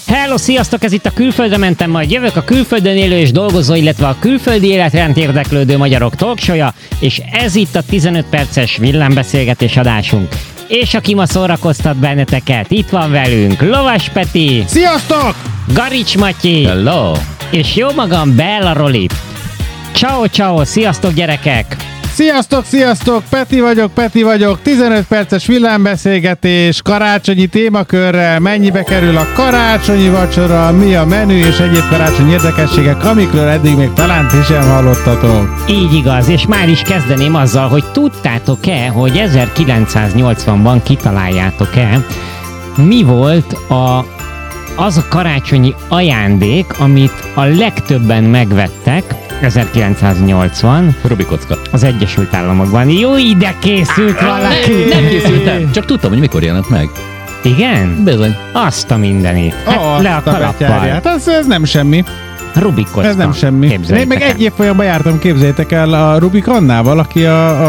Hello, sziasztok! Ez itt a Külföldre mentem, majd jövök, a külföldön élő és dolgozó, illetve a külföldi életrend érdeklődő magyarok talkshow-ja, és ez itt a 15 perces villámbeszélgetés adásunk. És aki ma szórakoztat benneteket, itt van velünk Lovas Peti. Sziasztok! Garics Matyi. Hello! És jó magam, Bella Roli. Ciao, ciao, sziasztok gyerekek! Sziasztok! Peti vagyok. 15 perces villámbeszélgetés, karácsonyi témakörrel, mennyibe kerül a karácsonyi vacsora, mi a menü és egyéb karácsonyi érdekességek, amikről eddig még talán ti sem hallottatok. Így igaz, és már is kezdeném azzal, hogy tudtátok-e, hogy 1980-ban kitaláljátok-e, mi volt az a karácsonyi ajándék, amit a legtöbben megvettek 1980 Rubikocka. az Egyesült Államokban. Jó, ide készült valaki! Nem készültem, csak tudtam, hogy mikor jelent meg. Igen? Bizony. Azt a mindenit. Hát le a kalappal. Ez nem semmi. Rubik kocka. Ez nem semmi. Én meg egy évfolyamban jártam, képzeljétek el, a Rubik Annával, aki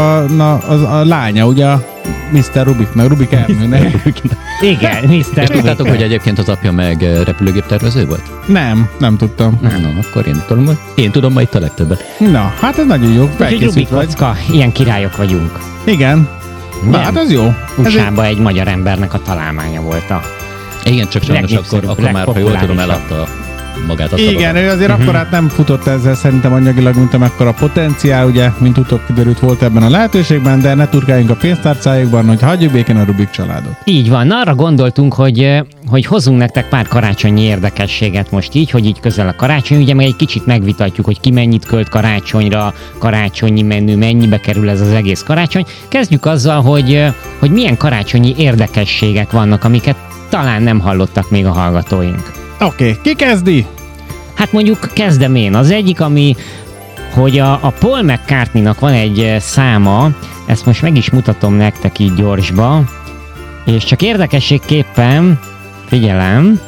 a lánya, ugye Mr. Rubiknak, Rubik Ernőnek. Igen, Mr. És tudtátok, hogy egyébként az apja meg repülőgép tervező volt? Nem tudtam. Na, akkor én tudom ma itt a legtöbbet. Na, hát ez nagyon jó. Egy Rubik kocka, ilyen királyok vagyunk. Igen. Na, hát az jó. USA-ban egy magyar embernek a találmánya volt a... Igen, csak sajnos akkor már, ha jól tudom, eladta magát a szabadon. Igen, ő azért akkor hát nem futott ezzel szerintem anyagilag, mint amekkora potenciál, ugye, mint utóbb kiderült volt ebben a lehetőségben, de ne turkáljunk a pénztárcájukban, hogy hagyjuk békén a Rubik családot. Így van, arra gondoltunk, hogy hozunk nektek pár karácsonyi érdekességet most így, hogy így közel a karácsony, ugye meg egy kicsit megvitatjuk, hogy ki mennyit költ karácsonyra, karácsonyi menü, mennyibe kerül ez az egész karácsony. Kezdjük azzal, hogy milyen karácsonyi érdekességek vannak, amiket talán nem hallottak még a hallgatóink. Oké, ki kezdi? Hát mondjuk kezdem én. Az egyik, hogy a Paul McCartney-nak van egy száma, ezt most meg is mutatom nektek így gyorsba, és csak érdekességképpen, figyelem,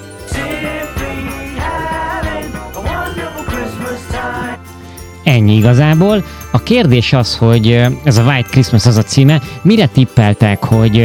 ennyi igazából. A kérdés az, hogy ez a White Christmas az a címe, mire tippeltek,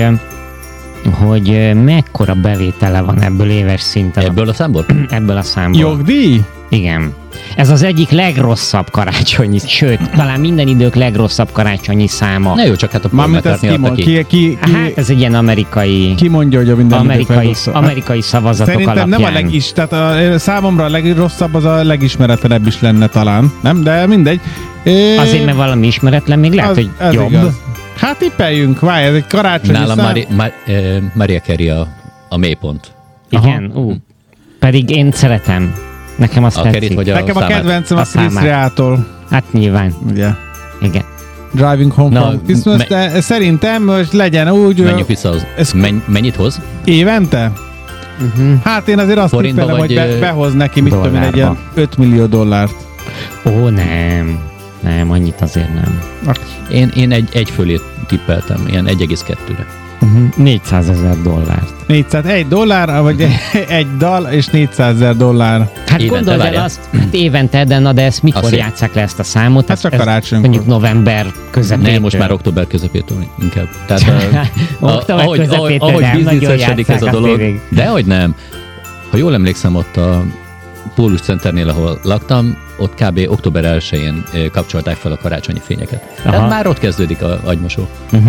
hogy mekkora bevétele van ebből éves szinten? Ebből a számból? Ebből a számból. Jogdíj? Igen. Ez az egyik legrosszabb karácsonyi, sőt, talán minden idők legrosszabb karácsonyi száma. Ne jó, csak hát a Paul McCartney adta ki. Hát ez egy ilyen amerikai... Ki mondja, hogy a minden amerikai szavazatok szerintem alapján. Nem tehát számomra a legrosszabb az a legismeretlenebb is lenne talán, nem? De mindegy. Azért, mert valami ismeretlen, még lehet, hogy jobb. Igaz. Hát tippeljünk, várj, ez egy karácsonyi nálam Mariah Carey a mélypont. Igen? Pedig én szeretem. Nekem azt tetszik. Nekem a kedvencem a Chris Rea-tól. Hát nyilván. Ugye? Igen. Driving Home from Christmas, de szerintem most legyen úgy... Menjünk vissza az. Mennyit hoz? Évente? Hát én azért azt tippelem, hogy behoz neki, mit tudom én, egy ilyen $5 millió. Ó, nem. Nem, annyit azért nem. Én egy fölé tippeltem, ilyen 1,2-re. $400,000. 400, $1, vagy egy dal és $400,000. Hát évente, gondold el azt, hát évente, de ezt mikor azért játsszák le ezt a számot? Hát csak karácsonykor. Mondjuk november közepétől. Nem, most már október közepétől inkább. Tehát ahogy bizniszesedik ez a dolog. Dehogy nem. Ha jól emlékszem, ott a Pólus Centernél, ahol laktam, ott kb. Október 1-én kapcsolták fel a karácsonyi fényeket. Tehát már ott kezdődik a agymosó.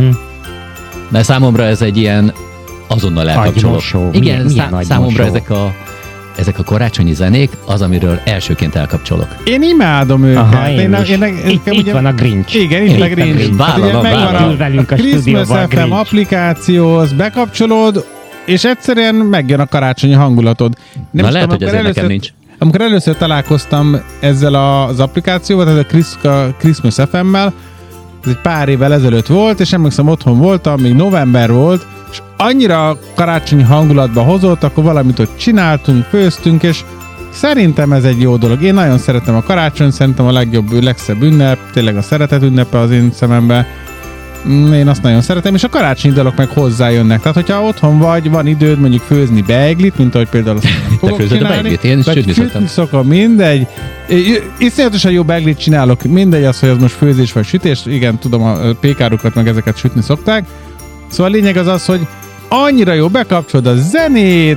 De számomra ez egy ilyen azonnal elkapcsolok. Igen, számomra ezek a karácsonyi zenék az, amiről elsőként elkapcsolok. Én imádom őket. Aha, itt van a Grinch. Igen, itt a Grinch. Vállalom. Velünk a Christmas FM applikáció, azt bekapcsolod, és egyszerűen megjön a karácsonyi hangulatod. Nem lehet, hogy ezért nekem nincs. Amikor először találkoztam ezzel az applikációval, tehát a Christmas FM-mel, ez egy pár évvel ezelőtt volt, és emlékszem, otthon voltam, még november volt, és annyira karácsonyi hangulatba hozott, akkor valamit ott csináltunk, főztünk, és szerintem ez egy jó dolog. Én nagyon szeretem a karácsony, szerintem a legjobb, legszebb ünnep, tényleg a szeretet ünnepe az én szememben. Én azt nagyon szeretem, és a karácsonyi dalok meg hozzájönnek. Tehát, hogyha otthon vagy, van időd mondjuk főzni beiglit, mint ahogy például azt fogok csinálni. Én is sütni szoktam, mindegy. Iszonyatosan jó beiglit csinálok, mindegy az, hogy az most főzés vagy sütés. Igen, tudom, a pékárukat meg ezeket sütni szokták. Szóval a lényeg az, hogy annyira jó, bekapcsolod a zenét,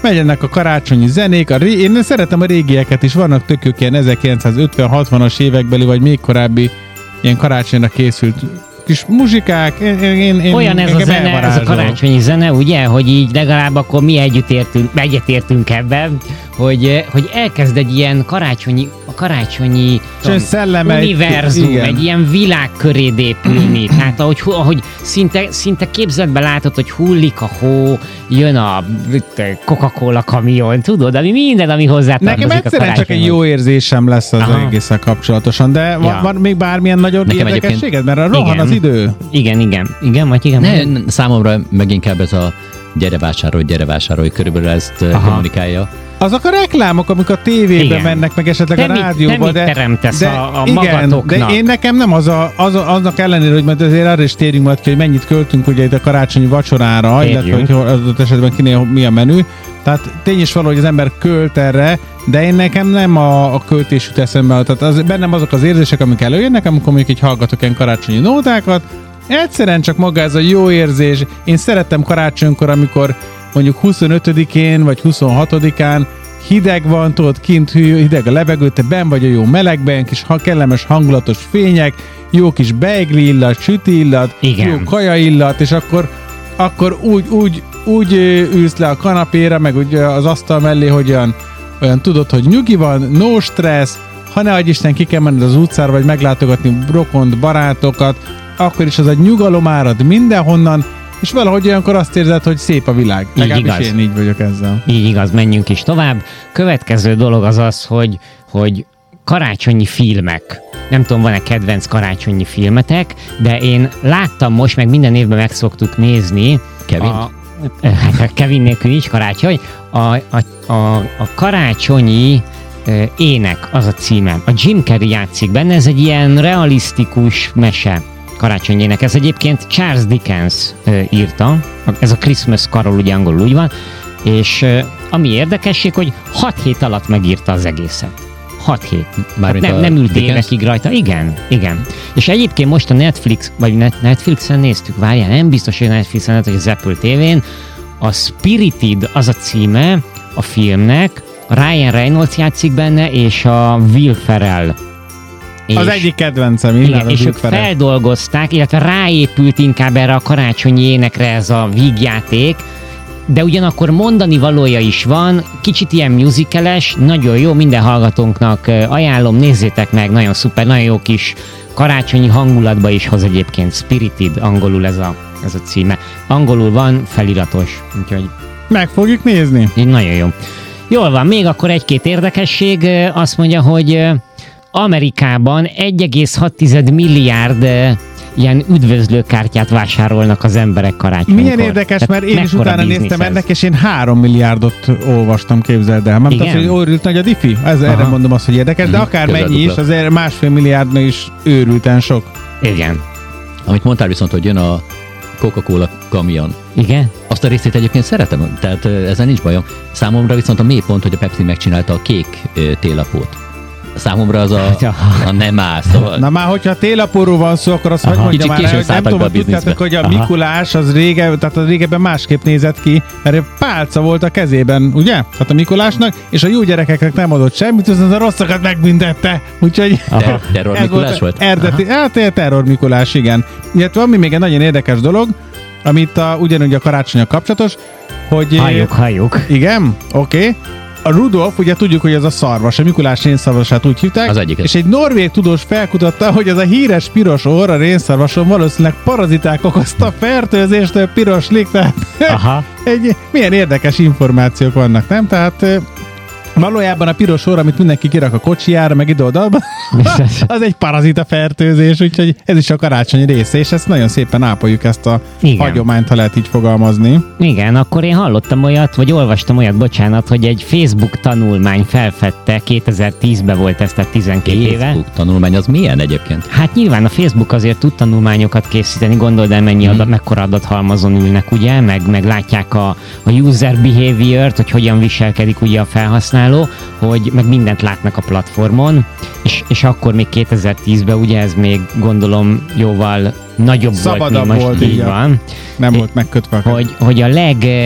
Megyennek a karácsonyi zenék, én szeretem a régieket is, vannak tökök ilyen 1950-60-as évekbeli, vagy még korábbi ilyen karácsonyra készült kis muzsikák. Olyan ez a zene, ez a karácsonyi zene, ugye, hogy így legalább akkor mi egyetértünk ebben, hogy elkezd egy ilyen karácsonyi univerzum, igen. Egy ilyen világ köré épülni. Tehát ahogy szinte képzetbe látod, hogy hullik a hó, jön a Coca-Cola kamion, tudod, ami hozzátartozik. Nekem egyszerűen csak egy jó érzésem lesz az egészen kapcsolatosan, de van még bármilyen nagyobb érdekességed, mert rohan az idő. Igen, vagy igen. Számomra meg inkább ez a gyere vásárolj, körülbelül ezt kommunikálja. Azok a reklámok, amik a tévében mennek, meg esetleg a rádióban, de teremtesz a magatoknak. De én nekem nem aznak ellenére, hogy majd azért arra is térjünk majd ki, hogy mennyit költünk ugye itt a karácsonyi vacsorára, illetve hogy az esetben kinél mi a menü. Tehát tény is való, hogy az ember költ erre, de én nekem nem a költés jut eszembe. Tehát bennem azok az érzések, amik előjönnek, amikor mondjuk így hallgatok ilyen karácsonyi nótákat. Egyszerűen csak maga ez a jó érzés. Én szerettem karácsonykor, amikor mondjuk 25-én vagy 26-án hideg van, tudod, kint hideg a levegő, te benn vagy a jó melegben, kis kellemes hangulatos fények, jó kis beigli illat, süti illat, jó kaja illat, és akkor úgy ülsz le a kanapéra, meg ugye az asztal mellé, hogy olyan tudod, hogy nyugi van, no stressz, ha ne adj Isten, ki kell menned az utcára, vagy meglátogatni rokont, barátokat, akkor is az egy nyugalom árad mindenhonnan, és valahogy olyankor azt érzed, hogy szép a világ. Legalábbis én így vagyok ezzel. Így igaz, menjünk is tovább. Következő dolog az, hogy karácsonyi filmek. Nem tudom, van-e kedvenc karácsonyi filmetek, de én láttam most, meg minden évben meg szoktuk nézni. Kevin? Kevin nélkül nincs karácsony. A karácsonyi ének, az a címe. A Jim Carrey játszik benne, ez egy ilyen realisztikus mese. Karácsonyének. Ez egyébként Charles Dickens írta, ez a Christmas Carol ugye angolul úgy van, és ami érdekesség, hogy 6 hét alatt megírta az egészet. 6 hét. Hát nem ült évekig rajta. Igen. És egyébként most a Netflixen néztük, várjál, nem biztos, hogy Netflixen, hogy az Apple TV-n, a Spirited az a címe a filmnek, Ryan Reynolds játszik benne, és a Will Ferrell. Az egyik kedvencem, igen, és ők feldolgozták, illetve ráépült inkább erre a karácsonyi énekre ez a vígjáték, de ugyanakkor mondani valója is van, kicsit ilyen musical-es, nagyon jó, minden hallgatónknak ajánlom, nézzétek meg, nagyon szuper, nagyon jó kis karácsonyi hangulatba is hoz egyébként, Spirited, angolul ez a címe. Angolul van, feliratos, úgyhogy... Meg fogjuk nézni. Így nagyon jó. Jól van, még akkor egy-két érdekesség, azt mondja, hogy Amerikában 1,6 milliárd ilyen üdvözlőkártyát vásárolnak az emberek karácsonykor. Milyen érdekes, mert én is utána néztem ennek, és én 3 milliárdot olvastam, képzeld el. Nem tudom, hogy őrült nagy a diffi? Erre mondom azt, hogy érdekes, de akár mennyi is, azért 1,5 milliárdnak is őrülten sok. Igen. Amit mondtál viszont, hogy jön a Coca-Cola kamion. Igen? Azt a részét egyébként szeretem, tehát ezzel nincs bajom. Számomra viszont a mélypont, hogy a Pepsi megcsinálta a kék télapót. Számomra az a nem áll, szóval. Na már, hogyha télapóról van szó, akkor azt hogy mondja már, hogy nem tudom, tudtátok, hogy a Mikulás az régebben másképp nézett ki, mert pálca volt a kezében, ugye? Tehát a Mikulásnak, és a jó gyerekeknek nem adott semmit, az a rosszakat megbüntette. Úgyhogy terror Mikulás volt? Terror Mikulás, igen. Illetve ami még egy nagyon érdekes dolog, amit ugyanúgy a karácsonnyal kapcsolatos, hogy... Halljuk. Igen? Oké. A Rudolf, ugye tudjuk, hogy ez a szarvas, a Mikulás rénszarvasát úgy hívták, és egy norvég tudós felkutatta, hogy ez a híres piros orr a rénszarvason valószínűleg paraziták okozta fertőzést, a piros lig, tehát milyen érdekes információk vannak, nem? Tehát valójában a piros orr, amit mindenki kirak a kocsijára, meg ide-oda, az egy parazita fertőzés, úgyhogy ez is a karácsony része, és ezt nagyon szépen ápoljuk, ezt a hagyományt, ha lehet így fogalmazni. Igen, akkor én hallottam olyat, vagy olvastam olyat, bocsánat, hogy egy Facebook tanulmány felfedte, 2010-ben volt ez, tehát 12 éve. Facebook tanulmány, az milyen egyébként? Hát nyilván a Facebook azért tud tanulmányokat készíteni, gondold el, mekkora adathalmazon ülnek, ugye, meg látják a user behavior-t, hogy hogyan viselkedik ugye a felhasználó, hogy meg mindent látnak a platformon, és akkor még 2010-ben ugye ez még gondolom jóval nagyobb szabadabb volt, mint most így van. Nem volt megkötve. Hogy a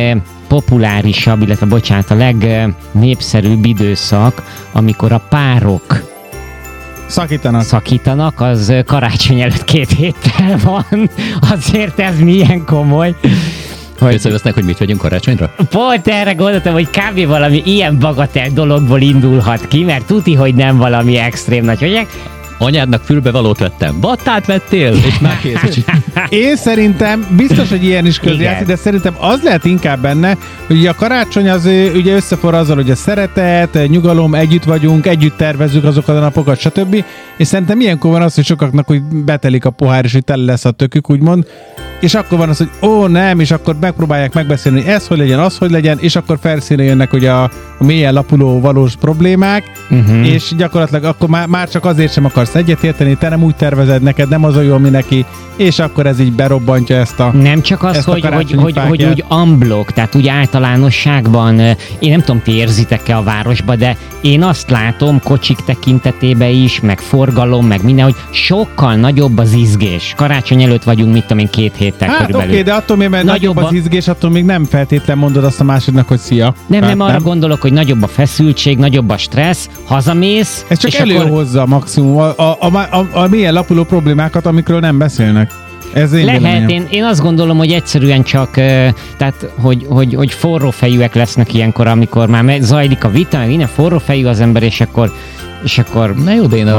legpopulárisabb, illetve bocsánat, a legnépszerűbb időszak, amikor a párok szakítanak, az karácsony előtt 2 héttel van. Azért ez milyen komoly. Összevesznek, hogy mit vegyünk karácsonyra? Pont erre gondoltam, hogy kb. Valami ilyen bagatel dologból indulhat ki, mert tuti, hogy nem valami extrém nagy hölgyek. Anyádnak fülbevalót vettem. Battát vettél? És már kész. Én szerintem, biztos, hogy ilyen is közjátszik, de szerintem az lehet inkább benne, hogy a karácsony az ugye összeforr azzal, hogy a szeretet, nyugalom, együtt vagyunk, együtt tervezzük azokat a napokat, stb. És szerintem ilyenkor van az, hogy sokaknak úgy betelik a pohár, és hogy tele lesz a tökük, úgymond. És akkor van az, hogy nem, és akkor megpróbálják megbeszélni, hogy ez hogy legyen, az hogy legyen, és akkor felszínre jönnek ugye a mélyen lapuló valós problémák, és gyakorlatilag akkor már csak azért sem akarsz egyetérteni, te nem úgy tervezed, neked nem az a jó, ami neki, és akkor ez így berobbantja ezt a nem csak az, hogy úgy unblock, tehát úgy általánosságban, én nem tudom, ti érzitek-e a városba, de én azt látom kocsik tekintetében is, meg forgalom, meg minden, hogy sokkal nagyobb az izgés. Karácsony előtt vagyunk, mit tudom én, 2 héttel körülbelül. Oké, de attól még, mert nagyobb az izgés, attól még nem feltétlen mondod azt a másiknak, hogy szia. Nem, arra gondolok, hogy nagyobb a feszültség, nagyobb a stressz, hazamész. Ez csak előhozza maximum a mélyen lapuló problémákat, amikről nem beszélnek. Ez lehet, én azt gondolom, hogy egyszerűen csak, tehát, hogy forrófejűek lesznek ilyenkor, amikor már zajlik a vita, meg innen forrófejű az ember, és akkor na jó, de én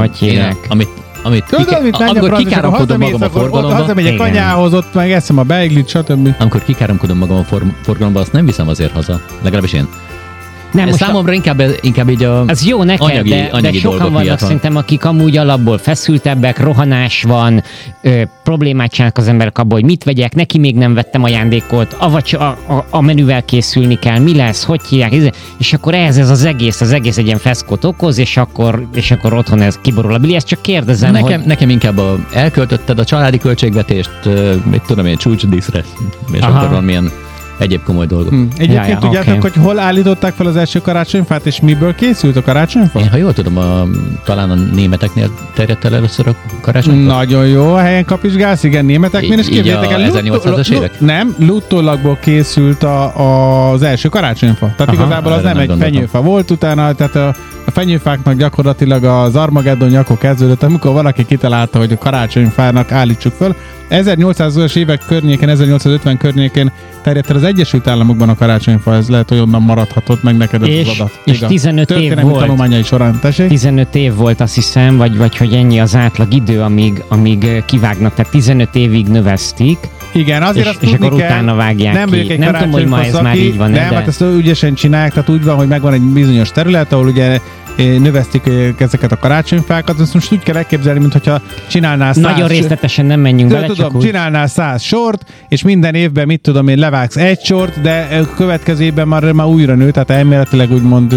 amikor kikáromkodom magam a forgalomba, hazamegyek anyához, ott meg eszem a beiglit, stb. Amikor kikáromkodom magam a forgalomba, azt nem viszem azért haza. Legalábbis én. Nem, számomra inkább így a az jó neked, anyagi de sokan vannak szerintem, akik amúgy alapból feszültebbek, rohanás van, problémát csinálnak az emberek abból, hogy mit vegyek, neki még nem vettem ajándékot, a menüvel készülni kell, mi lesz, hogy hívják, és akkor ez az egész egy ilyen feszkót okoz, és akkor otthon ez kiborul a bili. Ezt csak kérdezem, nekem inkább elköltötted a családi költségvetést, mit tudom én, csúcsdíszre, és akkor valamilyen egyéb komoly dolgok. Egyébként tudjátok, hogy hol állították fel az első karácsonyfát, és miből készült a karácsonyfa? Én, ha jól tudom, talán a németeknél terjedt el először a karácsonyfa. Nagyon jó, a helyen kapizsgálsz, igen, németeknél, és képzeljétek el, 1800-as évek? Nem, luttólagból készült az első karácsonyfa. Tehát igazából az nem egy fenyőfa volt utána, tehát a fenyőfáknak gyakorlatilag az Armageddon akkor kezdődött, amikor valaki kitalálta, hogy a karácsonyfának állítsuk föl. 1800-as évek környékén, 1850 környékén terjedt el az Egyesült Államokban a karácsonyfa, ez lehet, hogy onnan maradhatott meg neked ez az adat. És 15 év volt. Tanulmányai során, tessék? 15 év volt, azt hiszem, vagy hogy ennyi az átlag idő, amíg kivágnak, tehát 15 évig növezték. Igen, azért azt tudni és akkor kell, utána vágják ki. Nem tudom, hogy ma ez már így van. Nem, hát ezt ügyesen csinálják, tehát úgy van, hogy megvan egy bizonyos terület, ahol ugye növesztik ezeket a karácsonyfákat, azt most úgy kell elképzelni, mintha csinálnál 100... Nagyon részletesen nem menjünk bele, csak úgy. Csinálnál 100 sort, és minden évben, mit tudom én, levágsz egy sort, de következő évben már újra nő, tehát elméletileg úgymond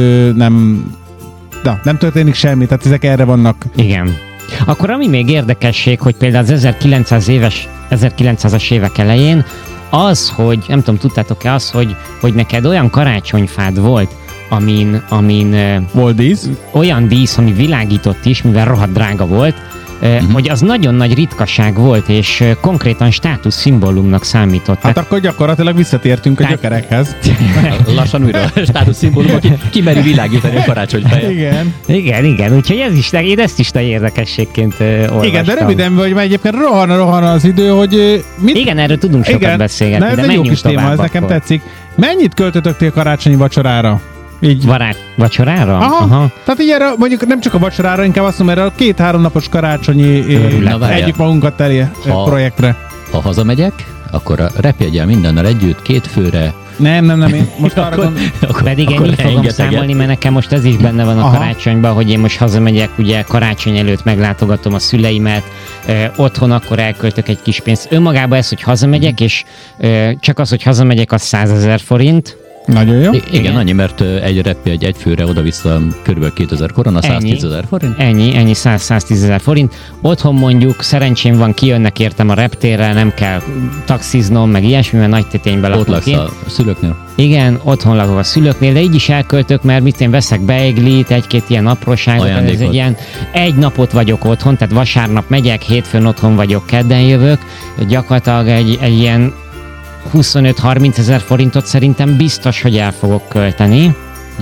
nem történik semmi, tehát ezek erre vannak. Igen. Akkor ami még érdekesség, hogy például az 1900-as évek elején az, hogy, nem tudom, tudtátok-e az, hogy neked olyan karácsonyfád volt, amin volt dísz? Olyan dísz, ami világított is, mivel rohadt drága volt, hogy az nagyon nagy ritkaság volt, és konkrétan státuszszimbólumnak számított. Hát akkor gyakorlatilag visszatértünk a gyökerekhez. Lassan újra státuszszimbólum, aki kimeri világítani a karácsonyfáját. Igen, úgyhogy én ezt is nagy érdekességként olvastam. Igen, de röviden, hogy már egyébként rohan az idő, hogy... Igen, erről tudunk sokat beszélgetni, de menjünk tovább. Ez nekem tetszik. Mennyit költötök ti a karácsonyi vacsorára? Így. Vacsorára? Aha. Tehát így erre, mondjuk nem csak a vacsorára, inkább azt mondom, erre a 2-3 napos karácsonyi együtt magunkat teli projektre. Ha hazamegyek, akkor repjedjel mindennel együtt 2 főre. Nem, én most arra pedig én így fogom számolni, mert nekem most ez is benne van a karácsonyban, hogy én most hazamegyek, ugye karácsony előtt meglátogatom a szüleimet, otthon akkor elköltök egy kis pénzt. Önmagában ez, hogy hazamegyek, és csak az, hogy hazamegyek, az 100 000 forint. Nagyon jó. Igen, annyi, mert egy repjegy egy főre oda-vissza kb. 2000 korona, 110 000 forint. Ennyi 110 000 forint. Otthon mondjuk szerencsém van, kijönnek értem a reptérre, nem kell taxiznom, meg ilyesmi, mert nagy tétényben lakok. Ott laksz a szülőknél? Igen, otthon lakok a szülőknél, de így is elköltök, mert én veszek beiglit, egy-két ilyen apróságot, ez egy ilyen, egy napot vagyok otthon, tehát vasárnap megyek, hétfőn otthon vagyok, kedden jövök, gyakorlatilag egy ilyen 25-30 ezer forintot szerintem biztos, hogy el fogok költeni.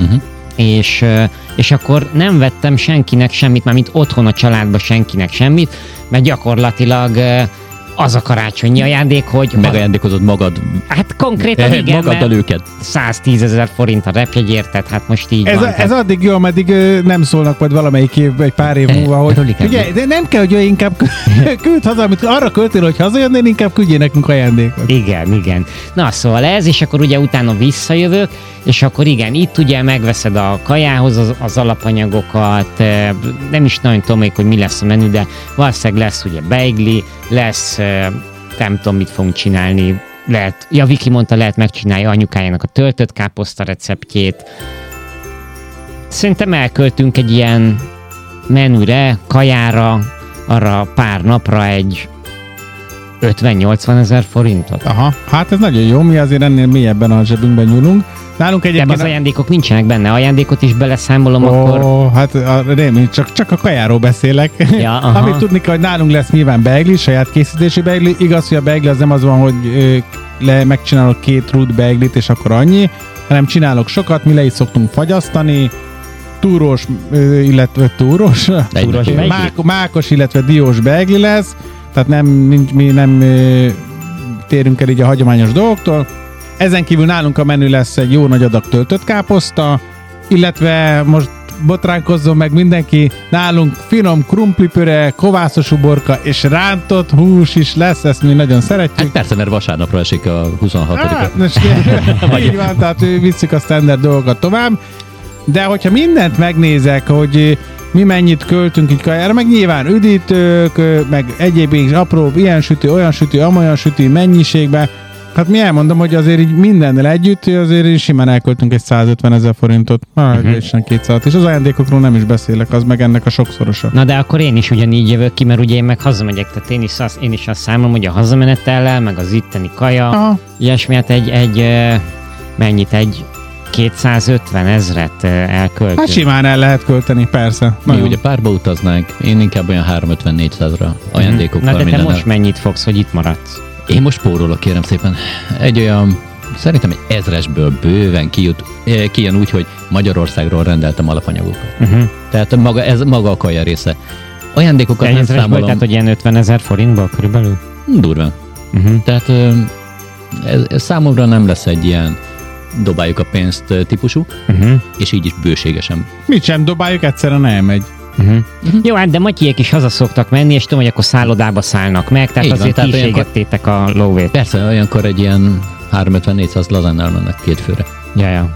És akkor nem vettem senkinek semmit, mármint otthon a családban senkinek semmit, mert gyakorlatilag az a karácsonyi ajándék, hogy... Megajándékozod magad. Hát konkrétan igen, magaddal őket. 110 000 forint a repjegyért, tehát hát most így van. Ez addig jó, ameddig nem szólnak majd valamelyik év, egy pár év múlva, hogy ugye, de nem kell, hogy inkább küld haza, amit arra költél, hogy hazajönnél, inkább küldjél nekünk ajándékot. Igen. Na szóval ez, és akkor ugye utána visszajövök, és akkor igen, itt ugye megveszed a kajához az alapanyagokat, nem is nagyon tudom még, hogy mi lesz a menü, de valószínűleg lesz ugye beigli, lesz, nem tudom, mit fogunk csinálni, lehet, Viki mondta, lehet megcsinálni anyukájának a töltött káposzta receptjét. Szerintem elköltünk egy ilyen menüre, kajára, arra pár napra egy 50-80 ezer forintot. Aha, hát ez nagyon jó, mi azért ennél mélyebben a zsebünkben nyúlunk. Nálunk egyébként... De az ajándékok nincsenek benne, ajándékot is beleszámolom akkor. Hát csak a kajáról beszélek. Ja, amit tudni kell, hogy nálunk lesz nyilván beigli, saját készítésű beigli. Igaz, hogy a beigli az nem az van, hogy megcsinálok 2 rút beiglit, és akkor annyi, hanem csinálok sokat, mi le is szoktunk fagyasztani, túrós, illetve mákos, illetve diós beigli lesz, tehát mi nem térünk el így a hagyományos dolgoktól. Ezen kívül nálunk a menü lesz egy jó nagy adag töltött káposzta, illetve most botránkozzon meg mindenki, nálunk finom krumplipüre, kovászos uborka és rántott hús is lesz, ezt mi nagyon szeretjük. Hát persze, mert vasárnapra esik a 26-a. Így van, tehát visszük a standard dolgokat tovább, de hogyha mindent megnézek, hogy mi mennyit költünk így kajára, meg nyilván üdítők, meg egyéb apró ilyen sütő, olyan sütő, amolyan sütő mennyiségben. Hát mi elmondom, hogy azért így mindennel együtt, azért simán elköltünk egy 150 000 forintot, és 200, és az ajándékokról nem is beszélek, az meg ennek a sokszorosa. Na de akkor én is ugyanígy jövök ki, mert ugye én meg hazamegyek, tehát én is azt számolom, hogy a hazamenetellel, meg az itteni kaja, ilyesmi, hát egy 250 000 elköltünk. Hát simán el lehet költeni, persze. Mi ugye párba utaznánk, én inkább olyan 350-400-ra ajándékokkal. Na de te most mennyit fogsz, hogy itt maradsz? Én most spórolok, kérem szépen. Egy olyan, szerintem egy 1000-esből bőven kijön úgy, hogy Magyarországról rendeltem alapanyagokat. Tehát maga a kaja része. Ajándékokat nem számolom. Tehát, hogy ilyen 50 000 forintból körülbelül? Durván. Tehát ez számomra nem lesz egy ilyen dobáljuk a pénzt típusú, és így is bőségesen. Mit sem dobáljuk, egyszerűen elmegy. Jó, hát de Matyiék is haza szoktak menni, és tudom, hogy akkor szállodába szállnak meg, tehát így azért van, kíségettétek a lóvét. Persze, olyankor egy ilyen 350-400 lazánynál mennek 2 főre. Ja.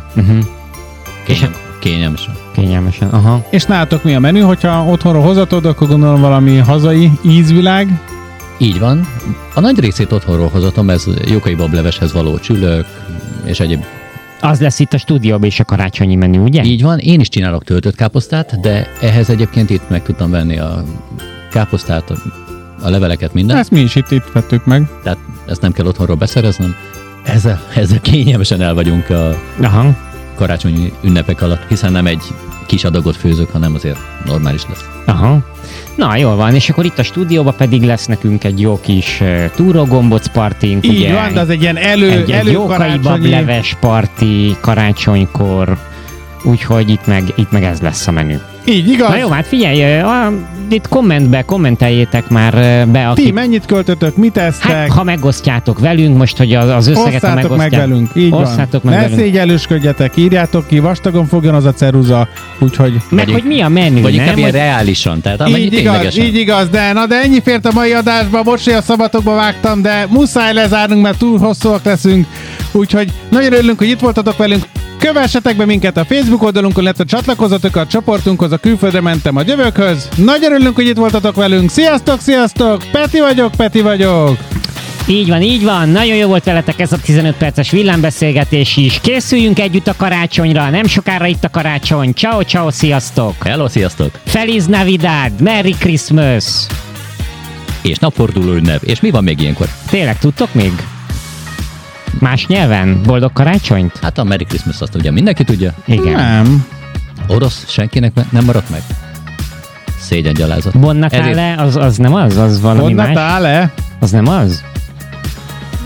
Kényelmesen, aha. És nálatok mi a menü, hogyha otthonról hozatod, akkor gondolom valami hazai ízvilág? Így van. A nagy részét otthonról hozatom, ez Jókai bableveshez való csülök, és egyéb. Az lesz itt a stúdióban is a karácsonyi menü, ugye? Így van, én is csinálok töltött káposztát, de ehhez egyébként itt meg tudtam venni a káposztát, a leveleket, minden. Ezt mi is itt vettük meg. Tehát ezt nem kell otthonról beszereznem. Ezzel kényelmesen el vagyunk a karácsonyi ünnepek alatt, hiszen nem egy kis adagot főzök, hanem azért normális lesz. Aha. Na, jól van, és akkor itt a stúdióban pedig lesz nekünk egy jó kis túrógombóc partink. Így ugye, van, de az egy ilyen egy Jókai bableves parti karácsonykor, úgyhogy itt meg ez lesz a menü. Így igaz. Na jó, hát figyelj, itt kommenteljétek már be. Ti mennyit költötök, mit esztek? Hát, ha megosztjátok velünk, most, hogy az összeget, ha megosztjátok meg velünk, így osszátok van. Ne szégyellősködjetek, írjátok ki, vastagon fogjon az a ceruza, úgyhogy... Meg hogy mi a menü, vagy nem? Vagy ilyen reálisan, tehát így igaz, de ennyi fért a mai adásba, bocs, hogy a szabatokba vágtam, de muszáj lezárnunk, mert túl hosszúak leszünk, úgyhogy nagyon örülünk, hogy itt voltatok velünk. Kövessetek be minket a Facebook oldalunkon, illetve csatlakozzatok a csoportunkhoz, a Külföldre mentem a jövőkhöz. Nagyon örülünk, hogy itt voltatok velünk. Sziasztok! Peti vagyok! Így van. Nagyon jó volt veletek ez a 15 perces villámbeszélgetés is. Készüljünk együtt a karácsonyra. Nem sokára itt a karácsony. Ciao, sziasztok! Hello, sziasztok! Feliz Navidad! Merry Christmas! És napforduló ünnep. És mi van még ilyenkor? Tényleg tudtok még? Más nyelven? Boldog karácsonyt? Hát a Merry Christmas azt ugye mindenki tudja. Igen. Nem. Orosz senkinek nem maradt meg? Szégyen gyalázat. Bon Natale, az nem az? Az valami Bon Natale? Az nem az?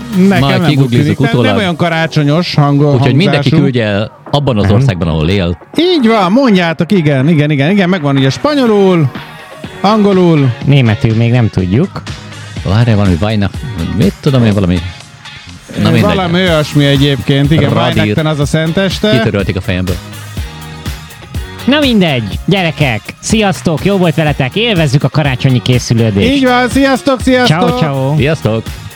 Nekem nem úgy tűnik, nem olyan karácsonyos hangzású. Úgyhogy mindenki küldje el abban az országban, ahol él. Így van, mondjátok, igen, megvan ugye spanyolul, angolul. Németül még nem tudjuk. Várjál, valami Vajnak, mit tudom én, valami... Valami olyasmi egyébként, igen, Vajnekten az a szenteste. Kitörölték a fejemből. Na mindegy, gyerekek, sziasztok, jó volt veletek, élvezzük a karácsonyi készülődést. Így van, sziasztok! Ciao. Sziasztok!